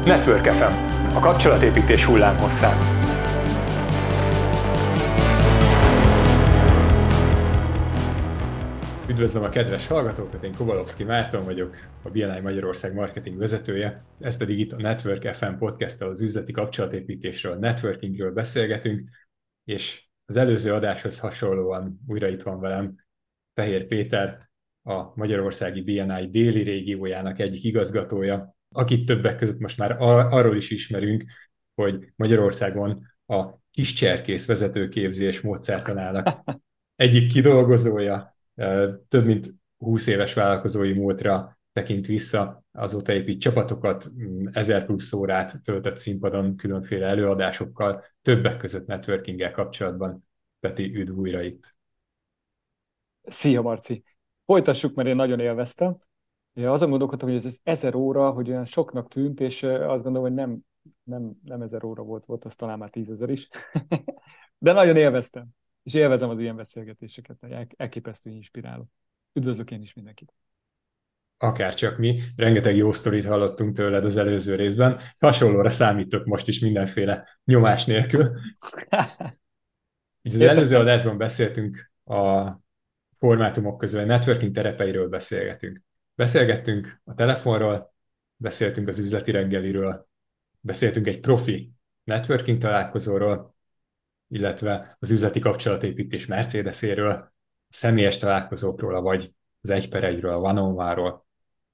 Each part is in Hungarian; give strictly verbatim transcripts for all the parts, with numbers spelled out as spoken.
Network ef em, a kapcsolatépítés hullámhosszán. Üdvözlöm a kedves hallgatókat, én Kovalovszki Márton vagyok, a bé en i Magyarország marketing vezetője, ez pedig itt a Network ef em podcasttel az üzleti kapcsolatépítésről, networkingről beszélgetünk, és az előző adáshoz hasonlóan újra itt van velem Fehér Péter, a magyarországi bé en i déli régiójának egyik igazgatója, akit többek között most már arról is ismerünk, hogy Magyarországon a kiscserkész vezetőképzés módszertanának egyik kidolgozója, több mint húsz éves vállalkozói múltra tekint vissza, azóta épít csapatokat, ezer plusz órát töltött színpadon különféle előadásokkal, többek között networkinggel kapcsolatban. Peti, üdv újra itt. Szia, Marci! Folytassuk, mert én nagyon élveztem. Azon gondolkodtam, hogy ez ezer óra, hogy olyan soknak tűnt, és azt gondolom, hogy nem, nem, nem ezer óra volt, volt az talán már tízezer is. De nagyon élveztem, és élvezem az ilyen beszélgetéseket, elképesztő inspiráló. Üdvözlök én is mindenkit! Akárcsak mi, rengeteg jó sztorit hallottunk tőled az előző részben, hasonlóra számítok most is mindenféle nyomás nélkül. Így az előző adásban beszéltünk a formátumok közül, a networking terepeiről beszélgetünk. Beszélgettünk a telefonról, beszéltünk az üzleti reggeliről, beszéltünk egy profi networking találkozóról, illetve az üzleti kapcsolatépítés Mercedeséről, a személyes találkozókról, vagy az egy per egyről, a one-on-one-ról.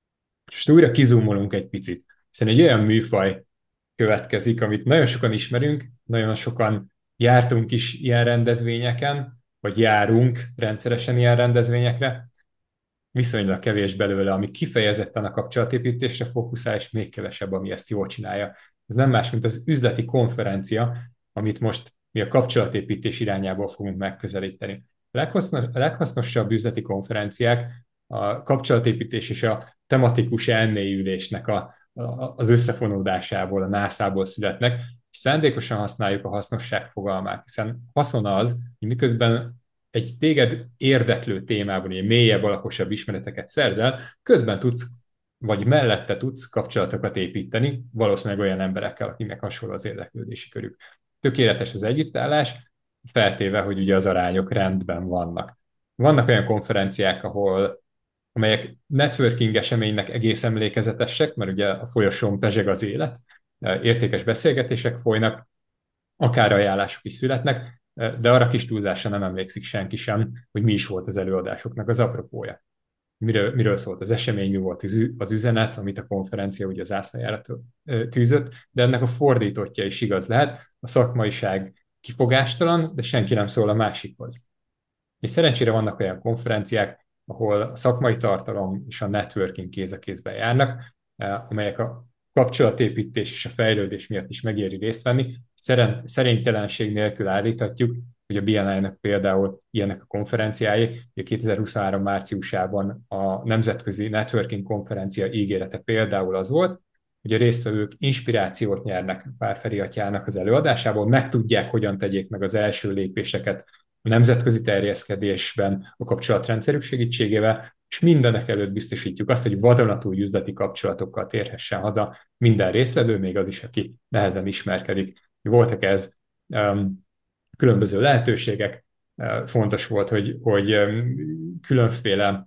És újra kizúmolunk egy picit, hiszen egy olyan műfaj következik, amit nagyon sokan ismerünk, nagyon sokan jártunk is ilyen rendezvényeken, vagy járunk rendszeresen ilyen rendezvényekre, viszonylag kevés belőle, ami kifejezetten a kapcsolatépítésre fókuszál, és még kevesebb, ami ezt jól csinálja. Ez nem más, mint az üzleti konferencia, amit most mi a kapcsolatépítés irányából fogunk megközelíteni. A leghasznosabb üzleti konferenciák a kapcsolatépítés és a tematikus elmélyülésnek a, a, az összefonódásából, a nászából születnek, és szándékosan használjuk a hasznosság fogalmát, hiszen haszon az, hogy miközben egy téged érdeklő témában ilyen mélyebb, alaposabb ismereteket szerzel, közben tudsz, vagy mellette tudsz kapcsolatokat építeni, valószínűleg olyan emberekkel, akiknek hasonló az érdeklődési körük. Tökéletes az együttállás, feltéve, hogy ugye az arányok rendben vannak. Vannak olyan konferenciák, ahol, amelyek networking eseménynek egész emlékezetesek, mert ugye a folyosón pezseg az élet, értékes beszélgetések folynak, akár ajánlások is születnek, de arra kis túlzásra nem emlékszik senki sem, hogy mi is volt az előadásoknak az apropója. Miről, miről szólt az esemény, mi volt az üzenet, amit a konferencia ugye az ászlajára tűzött, de ennek a fordítottja is igaz lehet. A szakmaiság kifogástalan, de senki nem szól a másikhoz. És szerencsére vannak olyan konferenciák, ahol a szakmai tartalom és a networking kéz a kézben járnak, amelyek a kapcsolatépítés és a fejlődés miatt is megéri részt venni. Szerénytelenség nélkül állíthatjuk, hogy a bé en i-nak például ilyenek a konferenciái. kétezer-huszonhárom márciusában a Nemzetközi Networking Konferencia ígérete például az volt, hogy a résztvevők inspirációt nyernek Pál Feri atyának az előadásából, megtudják, hogyan tegyék meg az első lépéseket a nemzetközi terjeszkedésben a kapcsolatrendszerük segítségével, és mindenek előtt biztosítjuk azt, hogy vadonatúj üzleti kapcsolatokkal térhessen haza minden résztvevő, még az is, aki nehezen ismerkedik. Voltak ez um, különböző lehetőségek, uh, fontos volt, hogy, hogy um, különféle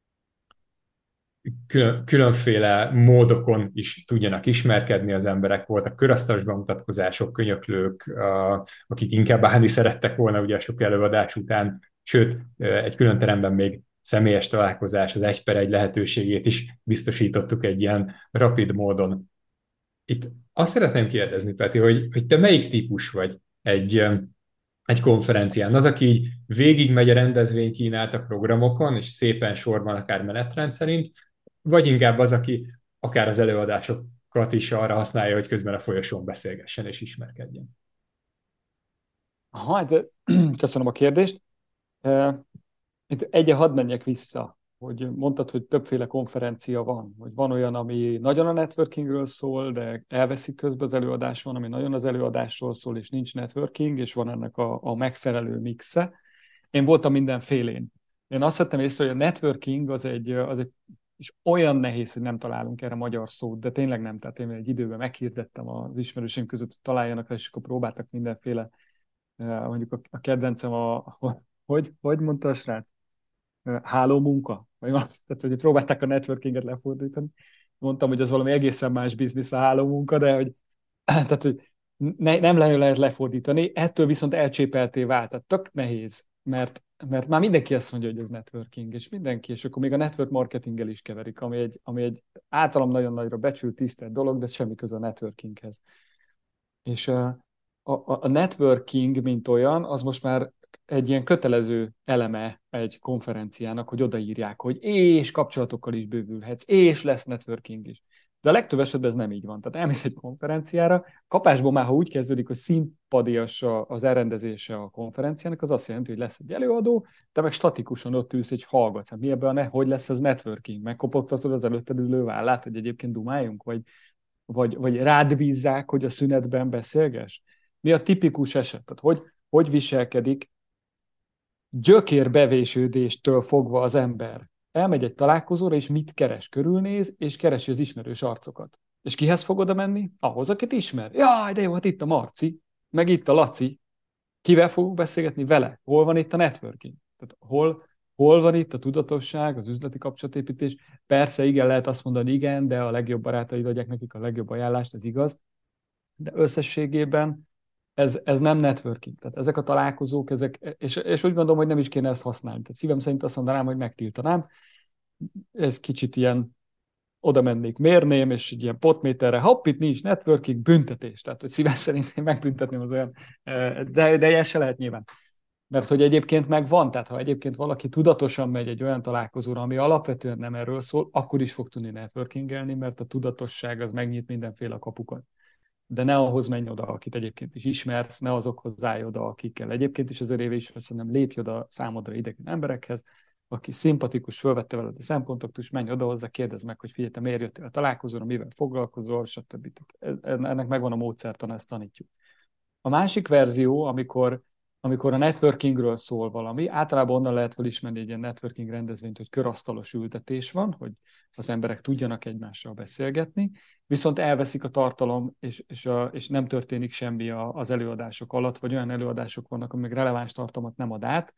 Külön, különféle módokon is tudjanak ismerkedni az emberek. Voltak körasztalos bemutatkozások, könyöklők, akik inkább állni szerettek volna ugye a sok előadás után, sőt, egy külön teremben még személyes találkozás, az egy per egy lehetőségét is biztosítottuk egy ilyen rapid módon. Itt azt szeretném kérdezni, Peti, hogy, hogy te melyik típus vagy egy, egy konferencián? Az, aki így végigmegy a rendezvénykínált programokon, és szépen sorban akár menetrend szerint, vagy inkább az, aki akár az előadásokat is arra használja, hogy közben a folyosón beszélgessen és ismerkedjen. Aha, de köszönöm a kérdést. Itt egyen hadd menjek vissza, hogy mondtad, hogy többféle konferencia van. Hogy van olyan, ami nagyon a networkingről szól, de elveszik közben az előadás, van, ami nagyon az előadásról szól, és nincs networking, és van ennek a, a megfelelő mixe. Én voltam mindenfélén. Én azt vettem észre, hogy a networking az egy, az egy És olyan nehéz, hogy nem találunk erre magyar szót, de tényleg nem. Tehát én egy időben meghirdettem az ismerőseim között, hogy találjanak rá, és akkor próbáltak mindenféle, mondjuk a, a kedvencem a, hogy, hogy mondta a srác? Hálómunka? Vagy van, tehát, hogy próbálták a networkinget lefordítani. Mondtam, hogy az valami egészen más biznisz a hálómunka, de hogy, tehát, hogy ne, nem lehet lefordítani, ettől viszont elcsépelté vált. Tehát tök nehéz, mert, mert már mindenki azt mondja, hogy ez networking, és mindenki, és akkor még a network marketinggel is keverik, ami egy, ami egy általam nagyon nagyra becsült, tisztelt dolog, de semmi köze a networkinghez. És a, a, a networking, mint olyan, az most már egy ilyen kötelező eleme egy konferenciának, hogy odaírják, hogy és kapcsolatokkal is bővülhetsz, és lesz networking is. De a legtöbb esetben ez nem így van. Tehát elmész egy konferenciára, kapásból már, ha úgy kezdődik, hogy színpadias az elrendezése a konferenciának, az azt jelenti, hogy lesz egy előadó, te meg statikusan ott ülsz és hallgatsz. Hát mi ebben a ne, hogy lesz ez networking? Megkopogtatod az előtted ülő vállát, hogy egyébként dumáljunk, vagy, vagy, vagy rád bízzák, hogy a szünetben beszélgess? Mi a tipikus eset? Tehát hogy, hogy viselkedik gyökérbevésődéstől fogva az ember? Elmegy egy találkozóra, és mit keres? Körülnéz, és keresi az ismerős arcokat. És kihez fog oda menni? Ahhoz, akit ismer. Jaj, de jó, hát itt a Marci, meg itt a Laci. Kivel fogunk beszélgetni? Vele. Hol van itt a networking? Tehát hol, hol van itt a tudatosság, az üzleti kapcsolatépítés? Persze, igen, lehet azt mondani, igen, de a legjobb barátaid adják nekik a legjobb ajánlást, ez igaz. De összességében ez, ez nem networking. Tehát ezek a találkozók, ezek, és, és úgy gondolom, hogy nem is kéne ezt használni. Tehát szívem szerint azt mondanám, hogy megtiltanám. Ez kicsit ilyen, oda mennék, mérném, és egy ilyen potméterre, hopp, itt nincs networking, büntetés. Tehát, hogy szívem szerint én megbüntetném az olyan, de, de ez se lehet nyilván. Mert hogy egyébként meg van, tehát ha egyébként valaki tudatosan megy egy olyan találkozóra, ami alapvetően nem erről szól, akkor is fog tudni networkingelni, mert a tudatosság az megnyit mindenféle kapukat. De ne ahhoz menj oda, akit egyébként is ismersz, ne azokhoz állj oda, akikkel egyébként is azért éve ismersz, hanem lépj oda számodra idegen emberekhez, aki szimpatikus, fölvette veled a szemkontaktus, menj oda hozzá, kérdezd meg, hogy figyelj, te miért jöttél a találkozóra, mivel foglalkozol, stb. Ennek megvan a módszertan, ezt tanítjuk. A másik verzió, amikor, amikor a networkingről szól valami, általában onnan lehet felismerni egy ilyen networking rendezvényt, hogy körasztalos ültetés van, hogy az emberek tudjanak egymással beszélgetni, viszont elveszik a tartalom, és, és, a, és nem történik semmi a, az előadások alatt, vagy olyan előadások vannak, amik releváns tartalmat nem ad át.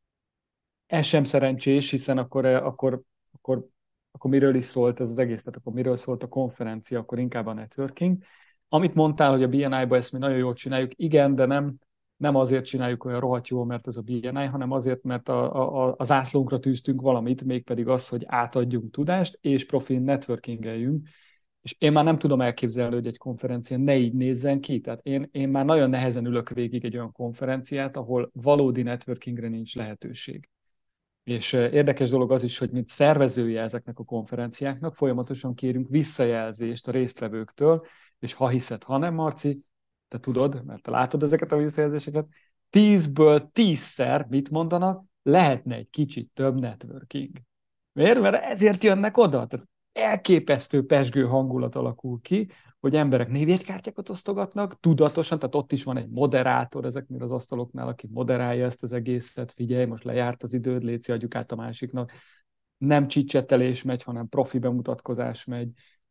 Ez sem szerencsés, hiszen akkor, akkor, akkor, akkor miről is szólt ez az egész, tehát akkor miről szólt a konferencia, akkor inkább a networking. Amit mondtál, hogy a bé en í-ba ezt mi nagyon jól csináljuk, igen, de nem, nem azért csináljuk olyan rohadt jól, mert ez a bé en í, hanem azért, mert a, a, az ászlónkra tűztünk valamit, mégpedig az, hogy átadjunk tudást, és profin networkingeljünk. És én már nem tudom elképzelni, hogy egy konferencián ne így nézzen ki. Tehát én, én már nagyon nehezen ülök végig egy olyan konferenciát, ahol valódi networkingre nincs lehetőség. És érdekes dolog az is, hogy mint szervezője ezeknek a konferenciáknak folyamatosan kérünk visszajelzést a résztvevőktől, és ha hiszed, ha nem, Marci, te tudod, mert te látod ezeket a visszajelzéseket, tízből tízszer mit mondanak, lehetne egy kicsit több networking. Miért? Mert ezért jönnek oda. Tehát elképesztő pezsgő hangulat alakul ki, hogy emberek névjegykártyákat osztogatnak, tudatosan, tehát ott is van egy moderátor ezeknél az asztaloknál, aki moderálja ezt az egészet, figyelj, most lejárt az időd, léci, adjuk át a másiknak. Nem csicsetelés megy, hanem profi bemutatkozás megy.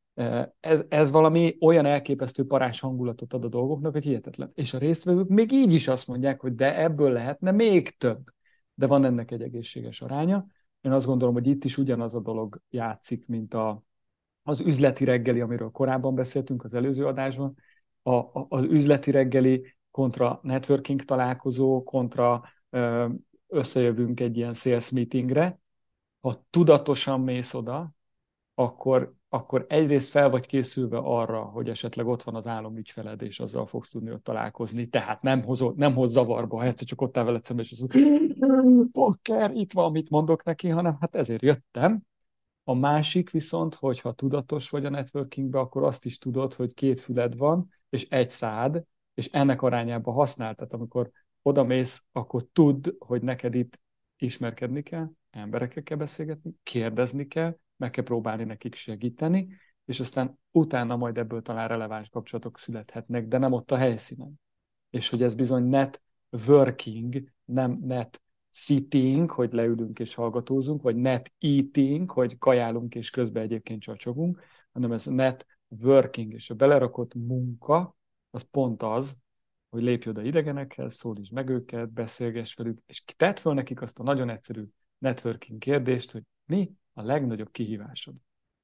Ez, ez valami olyan elképesztő parás hangulatot ad a dolgoknak, hogy hihetetlen. És a résztvevők még így is azt mondják, hogy de ebből lehetne még több. De van ennek egy egészséges aránya. Én azt gondolom, hogy itt is ugyanaz a dolog játszik, mint a, az üzleti reggeli, amiről korábban beszéltünk az előző adásban. A, a, az üzleti reggeli kontra networking találkozó, kontra ö, összejövünk egy ilyen sales meetingre. Ha tudatosan mész oda, akkor, akkor egyrészt fel vagy készülve arra, hogy esetleg ott van az álomügyfeled, és azzal fogsz tudni ott találkozni. Tehát nem hoz, nem hoz zavarba, ha egyszer csak ott áll veled szemben, és az pokker, itt van, mit mondok neki, hanem hát ezért jöttem. A másik viszont, hogyha tudatos vagy a networkingben, akkor azt is tudod, hogy két füled van, és egy szád, és ennek arányában használ. Tehát amikor odamész, akkor tudd, hogy neked itt ismerkedni kell, emberekkel kell beszélgetni, kérdezni kell, meg kell próbálni nekik segíteni, és aztán utána majd ebből talán releváns kapcsolatok születhetnek, de nem ott a helyszínen. És hogy ez bizony networking, nem net sitting, hogy leülünk és hallgatózunk, vagy net eating, hogy kajálunk és közben egyébként csacsogunk, hanem ez networking, és a belerakott munka, az pont az, hogy lépj oda idegenekhez, szólíts meg őket, beszélgess velük, és tedd föl nekik azt a nagyon egyszerű networking kérdést, hogy mi a legnagyobb kihívásod.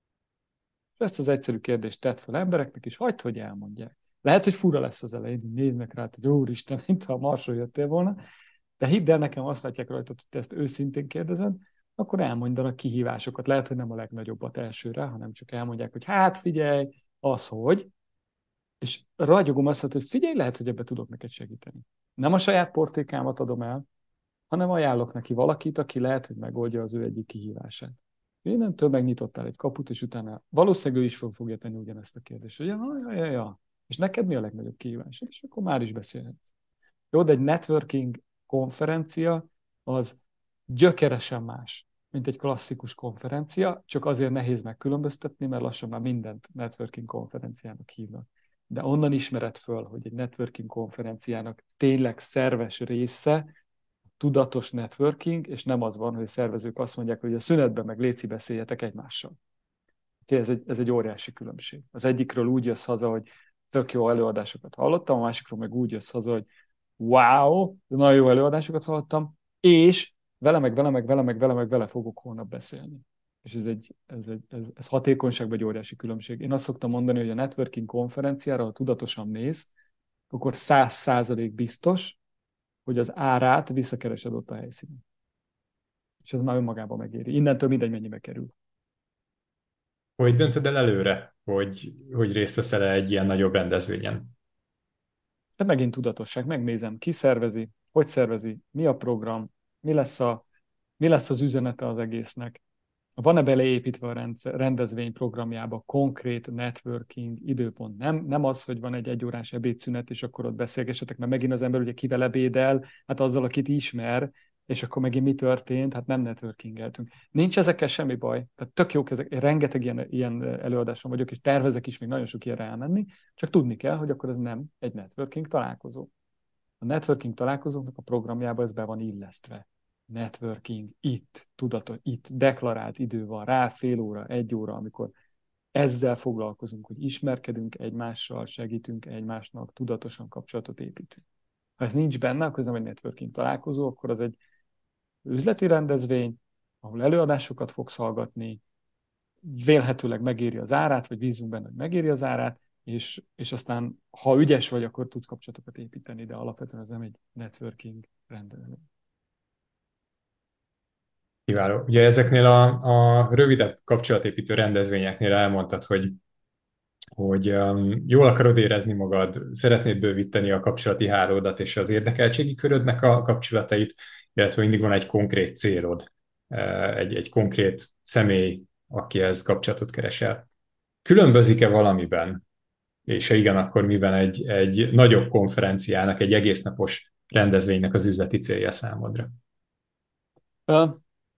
És ezt az egyszerű kérdést tedd fel embereknek, és hagyd, hogy elmondják. Lehet, hogy fura lesz az elején, hogy néznek rá, hogy úristen, mintha a Marsról jöttél volna, de hidd el nekem, azt látják rajtad, hogy te ezt őszintén kérdezed, akkor elmondanak kihívásokat. Lehet, hogy nem a legnagyobbat elsőre, hanem csak elmondják, hogy hát figyelj, az hogy, és ragyogom azt, hogy figyelj, lehet, hogy ebbe tudok neked segíteni. Nem a saját portékámat adom el, hanem ajánlok neki valakit, aki lehet, hogy megoldja az ő egyik kihívását. Innentől megnyitottál egy kaput, és utána valószínűleg ő is fog fogja tenni ugyanezt a kérdést, hogy ja, ja, ja, ja. És neked mi a legnagyobb kihívásod? És akkor már is beszélhetsz. Jó, de egy networking konferencia az gyökeresen más, mint egy klasszikus konferencia, csak azért nehéz megkülönböztetni, mert lassan már mindent networking konferenciának hívnak. De onnan ismered föl, hogy egy networking konferenciának tényleg szerves része tudatos networking, és nem az van, hogy a szervezők azt mondják, hogy a szünetben meg léci beszéljetek egymással. Ez egy, ez egy óriási különbség. Az egyikről úgy jössz haza, hogy tök jó előadásokat hallottam, a másikról meg úgy jössz haza, hogy wow, nagyon jó előadásokat hallottam, és vele meg, vele meg, vele meg, vele meg, vele fogok holnap beszélni. És ez, egy, ez, egy, ez, ez hatékonyságban egy óriási különbség. Én azt szoktam mondani, hogy a networking konferenciára, ha tudatosan mész, akkor száz százalék biztos, hogy az árát visszakeresed ott a helyszínen. És ez már önmagában megéri. Innentől mindegy, mennyibe kerül. Hogy döntöd el előre, hogy, hogy részt veszel egy ilyen nagyobb rendezvényen? De megint tudatosság, megnézem, ki szervezi, hogy szervezi, mi a program, mi lesz, a, mi lesz az üzenete az egésznek. Van-e beleépítve a rendszer, rendezvény programjába konkrét networking időpont? Nem, nem az, hogy van egy egyórás ebédszünet, és akkor ott beszélgessetek, mert megint az ember ugye kivel ebédel, hát azzal, akit ismer, és akkor megint mi történt? Hát nem networkingeltünk. Nincs ezekkel semmi baj. Tehát tök jók ezek. Én rengeteg ilyen, ilyen előadáson vagyok, és tervezek is még nagyon sok ilyenre elmenni, csak tudni kell, hogy akkor ez nem egy networking találkozó. A networking találkozóknak a programjába ez be van illesztve. Networking, itt, tudatos, itt deklarált idő van rá, fél óra, egy óra, amikor ezzel foglalkozunk, hogy ismerkedünk egymással, segítünk egymásnak, tudatosan kapcsolatot építünk. Ha ez nincs benne, akkor ez nem egy networking találkozó, akkor az egy üzleti rendezvény, ahol előadásokat fogsz hallgatni, vélhetőleg megéri az árát, vagy bízunk benne, hogy megéri az árát, és, és aztán, ha ügyes vagy, akkor tudsz kapcsolatokat építeni, de alapvetően ez nem egy networking rendezvény. Kiváló. Ugye ezeknél a, a rövidebb kapcsolatépítő rendezvényeknél elmondtad, hogy, hogy um, jól akarod érezni magad, szeretnéd bővíteni a kapcsolati hálódat és az érdekeltségi körödnek a kapcsolatait, illetve mindig van egy konkrét célod, egy, egy konkrét személy, akihez kapcsolatot keresel. Különbözik-e valamiben, és ha igen, akkor miben egy, egy nagyobb konferenciának, egy egésznapos rendezvénynek az üzleti célja számodra? Uh,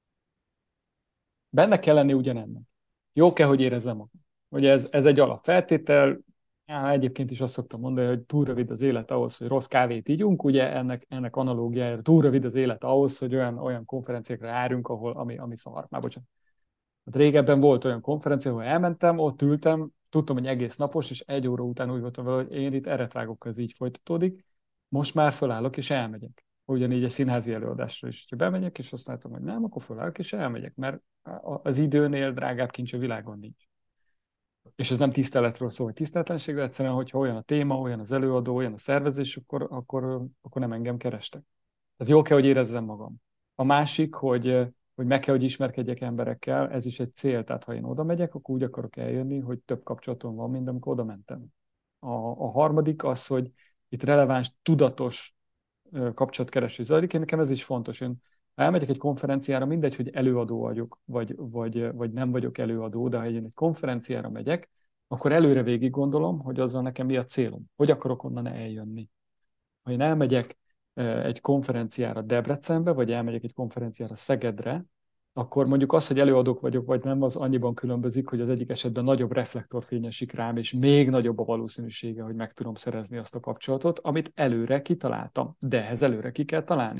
benne kell lenni ugyanennek. Jó kell, hogy érezzem magam. Ugye ez, ez egy alapfeltétel. Ja, egyébként is azt szoktam mondani, hogy túl rövid az élet ahhoz, hogy rossz kávét ígyunk, ugye ennek, ennek analógiájára túl rövid az élet ahhoz, hogy olyan, olyan konferenciákra járjunk, ahol, ami, ami szar. Már bocsánat. Hát régebben volt olyan konferencia, ahol elmentem, ott ültem, tudtam, hogy egész napos, és egy óra után úgy voltam vele, hogy én itt eret vágok, ez így folytatódik. Most már fölállok, és elmegyek. Ugyanígy egy színházi előadásra is, hogyha bemegyek, és azt látom, hogy nem, akkor fölállok, és elmegyek, mert az időnél drágább kincs a világon nincs. És ez nem tiszteletről szól, hogy tiszteletlenségről, egyszerűen, hogyha olyan a téma, olyan az előadó, olyan a szervezés, akkor, akkor, akkor nem engem kerestek. Tehát jó kell, hogy érezzem magam. A másik, hogy, hogy meg kell, hogy ismerkedjek emberekkel, ez is egy cél. Tehát ha én oda megyek, akkor úgy akarok eljönni, hogy több kapcsolatom van, mint amikor oda mentem. A, a harmadik az, hogy itt releváns, tudatos kapcsolatkeresés zajlik. Én nekem ez is fontos. Én elmegyek egy konferenciára, mindegy, hogy előadó vagyok, vagy, vagy, vagy nem vagyok előadó, de ha én egy konferenciára megyek, akkor előre végig gondolom, hogy azzal nekem mi a célom, hogy akarok onnan eljönni. Ha én elmegyek egy konferenciára Debrecenbe, vagy elmegyek egy konferenciára Szegedre, akkor mondjuk az, hogy előadók vagyok, vagy nem, az annyiban különbözik, hogy az egyik esetben nagyobb reflektorfény esik rám, és még nagyobb a valószínűsége, hogy meg tudom szerezni azt a kapcsolatot, amit előre kitaláltam. De ehhez előre ki kell találni.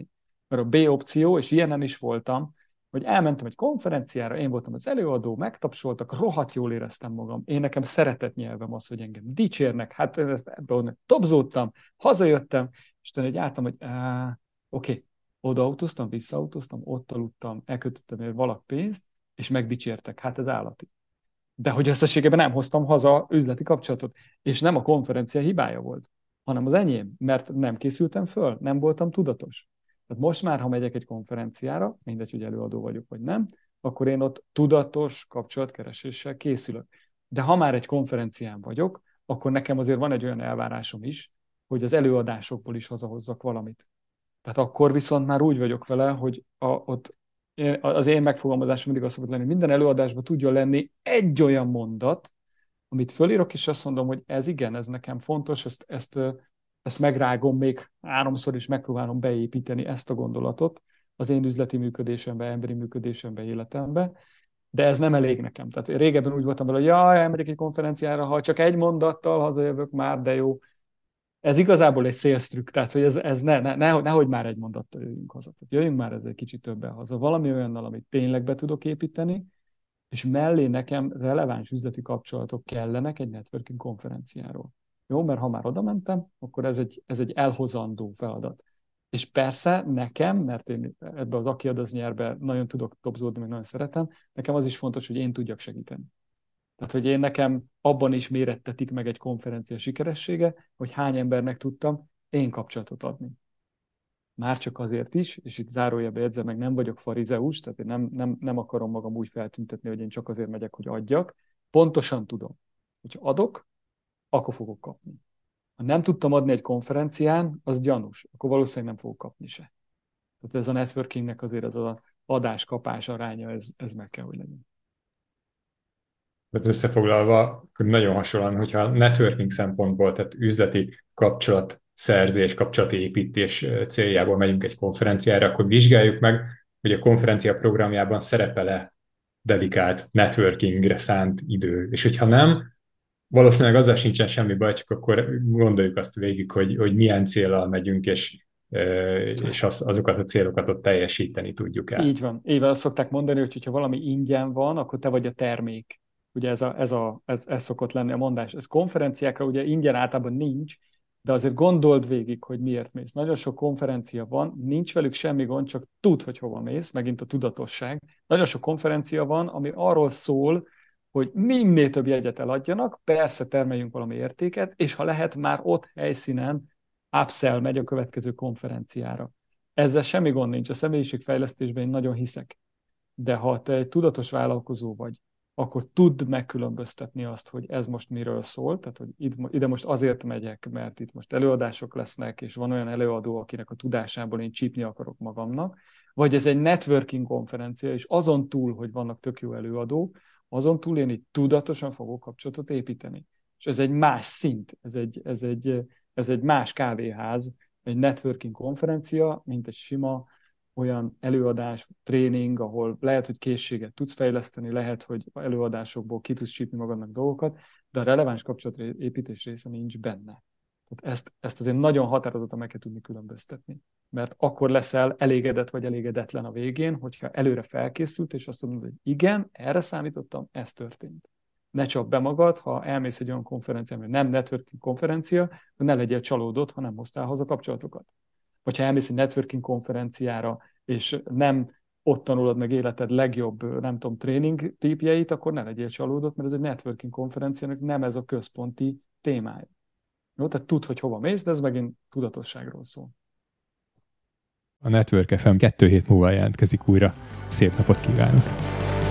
mert a B opció, és ilyenen is voltam, hogy elmentem egy konferenciára, én voltam az előadó, megtapsoltak, rohadt jól éreztem magam. Én nekem szeretett nyelvem az, hogy engem dicsérnek, hát ebből topzódtam, hazajöttem, és utána egy álltam, hogy oké, okay, oda autóztam, visszaautóztam, ott aludtam, elkötöttem egy valak pénzt, és megdicsértek. Hát ez állati. De hogy összességében nem hoztam haza üzleti kapcsolatot, és nem a konferencia hibája volt, hanem az enyém, mert nem készültem föl, nem voltam tudatos. Tehát most már, ha megyek egy konferenciára, mindegy, hogy előadó vagyok, vagy nem, akkor én ott tudatos kapcsolatkereséssel készülök. De ha már egy konferencián vagyok, akkor nekem azért van egy olyan elvárásom is, hogy az előadásokból is hazahozzak valamit. Tehát akkor viszont már úgy vagyok vele, hogy a, ott az én megfogalmazásom mindig az szokott lenni, minden előadásban tudjon lenni egy olyan mondat, amit fölírok, és azt mondom, hogy ez igen, ez nekem fontos, ezt, ezt, ezt megrágom, még háromszor is megpróbálom beépíteni ezt a gondolatot az én üzleti működésembe, emberi működésembe, életembe, de ez nem elég nekem. Tehát régebben úgy voltam vele, hogy jaj, elmegyek egy konferenciára, ha csak egy mondattal hazajövök már, de jó. Ez igazából egy sales trükk, tehát hogy ez, ez ne, ne, ne, nehogy már egy mondattal jöjjünk haza. Tehát jöjjünk már ezzel egy kicsit többen haza. Valami olyannal, amit tényleg be tudok építeni, és mellé nekem releváns üzleti kapcsolatok kellenek egy networking konferenciáról. Jó, mert ha már oda mentem, akkor ez egy, ez egy elhozandó feladat. És persze nekem, mert én ebbe az aki ad, az nyerbe nagyon tudok topzódni, meg nagyon szeretem, nekem az is fontos, hogy én tudjak segíteni. Tehát, hogy én nekem abban is mérettetik meg egy konferencia sikeressége, hogy hány embernek tudtam én kapcsolatot adni. Már csak azért is, és itt zárójelbe jegyzem meg, nem vagyok farizeus, tehát én nem, nem, nem akarom magam úgy feltüntetni, hogy én csak azért megyek, hogy adjak. Pontosan tudom, hogy adok, akkor fogok kapni. Ha nem tudtam adni egy konferencián, az gyanús, akkor valószínűleg nem fogok kapni se. Tehát ez a networkingnek azért ez az adás-kapás aránya, ez, ez meg kell, hogy legyen. Tehát összefoglalva, nagyon hasonlóan, hogyha networking szempontból, tehát üzleti kapcsolatszerzés, kapcsolatépítés céljából megyünk egy konferenciára, akkor vizsgáljuk meg, hogy a konferencia programjában szerepel-e dedikált networkingre szánt idő. És hogyha nem, valószínűleg azzal sincsen semmi baj, csak akkor gondoljuk azt végig, hogy, hogy milyen céllal megyünk, és, és az, azokat a célokat ott teljesíteni tudjuk el. Így van. Így van, azt szokták mondani, hogy ha valami ingyen van, akkor te vagy a termék. Ugye ez, a, ez, a, ez, ez szokott lenni a mondás. Ez konferenciákra ugye ingyen általában nincs, de azért gondold végig, hogy miért mész. Nagyon sok konferencia van, nincs velük semmi gond, csak tudd, hogy hova mész, megint a tudatosság. Nagyon sok konferencia van, ami arról szól, hogy minél több jegyet eladjanak, persze termeljünk valami értéket, és ha lehet, már ott helyszínen upsell megy a következő konferenciára. Ezzel semmi gond nincs. A személyiségfejlesztésben én nagyon hiszek. De ha te egy tudatos vállalkozó vagy, akkor tudd megkülönböztetni azt, hogy ez most miről szól, tehát hogy ide most azért megyek, mert itt most előadások lesznek, és van olyan előadó, akinek a tudásából én csípni akarok magamnak, vagy ez egy networking konferencia, és azon túl, hogy vannak tök jó előadók, azon túl én itt tudatosan fogok kapcsolatot építeni. És ez egy más szint, ez egy, ez egy, ez egy más kávéház, egy networking konferencia, mint egy sima olyan előadás, tréning, ahol lehet, hogy készséget tudsz fejleszteni, lehet, hogy előadásokból ki tudsz csípni magadnak dolgokat, de a releváns kapcsolatépítés része nincs benne. Tehát ezt, ezt azért nagyon határozottan meg kell tudni különböztetni. Mert akkor leszel elégedett vagy elégedetlen a végén, hogyha előre felkészült, és azt mondod, hogy igen, erre számítottam, ez történt. Ne csapd be magad, ha elmész egy olyan konferencián, ami nem networking konferencia, ne legyél csalódott, ha nem hoztál haza kapcsolatokat. Vagy ha elmész egy networking konferenciára, és nem ott tanulod meg életed legjobb, nem tudom, tréning típjeit, akkor ne legyél csalódott, mert ez egy networking konferenciának nem ez a központi témája. Jó, tehát tudd, hogy hova mész, de ez megint tudatosságról szól. A Network ef em kettő hét múlva jelentkezik újra. Szép napot kívánok!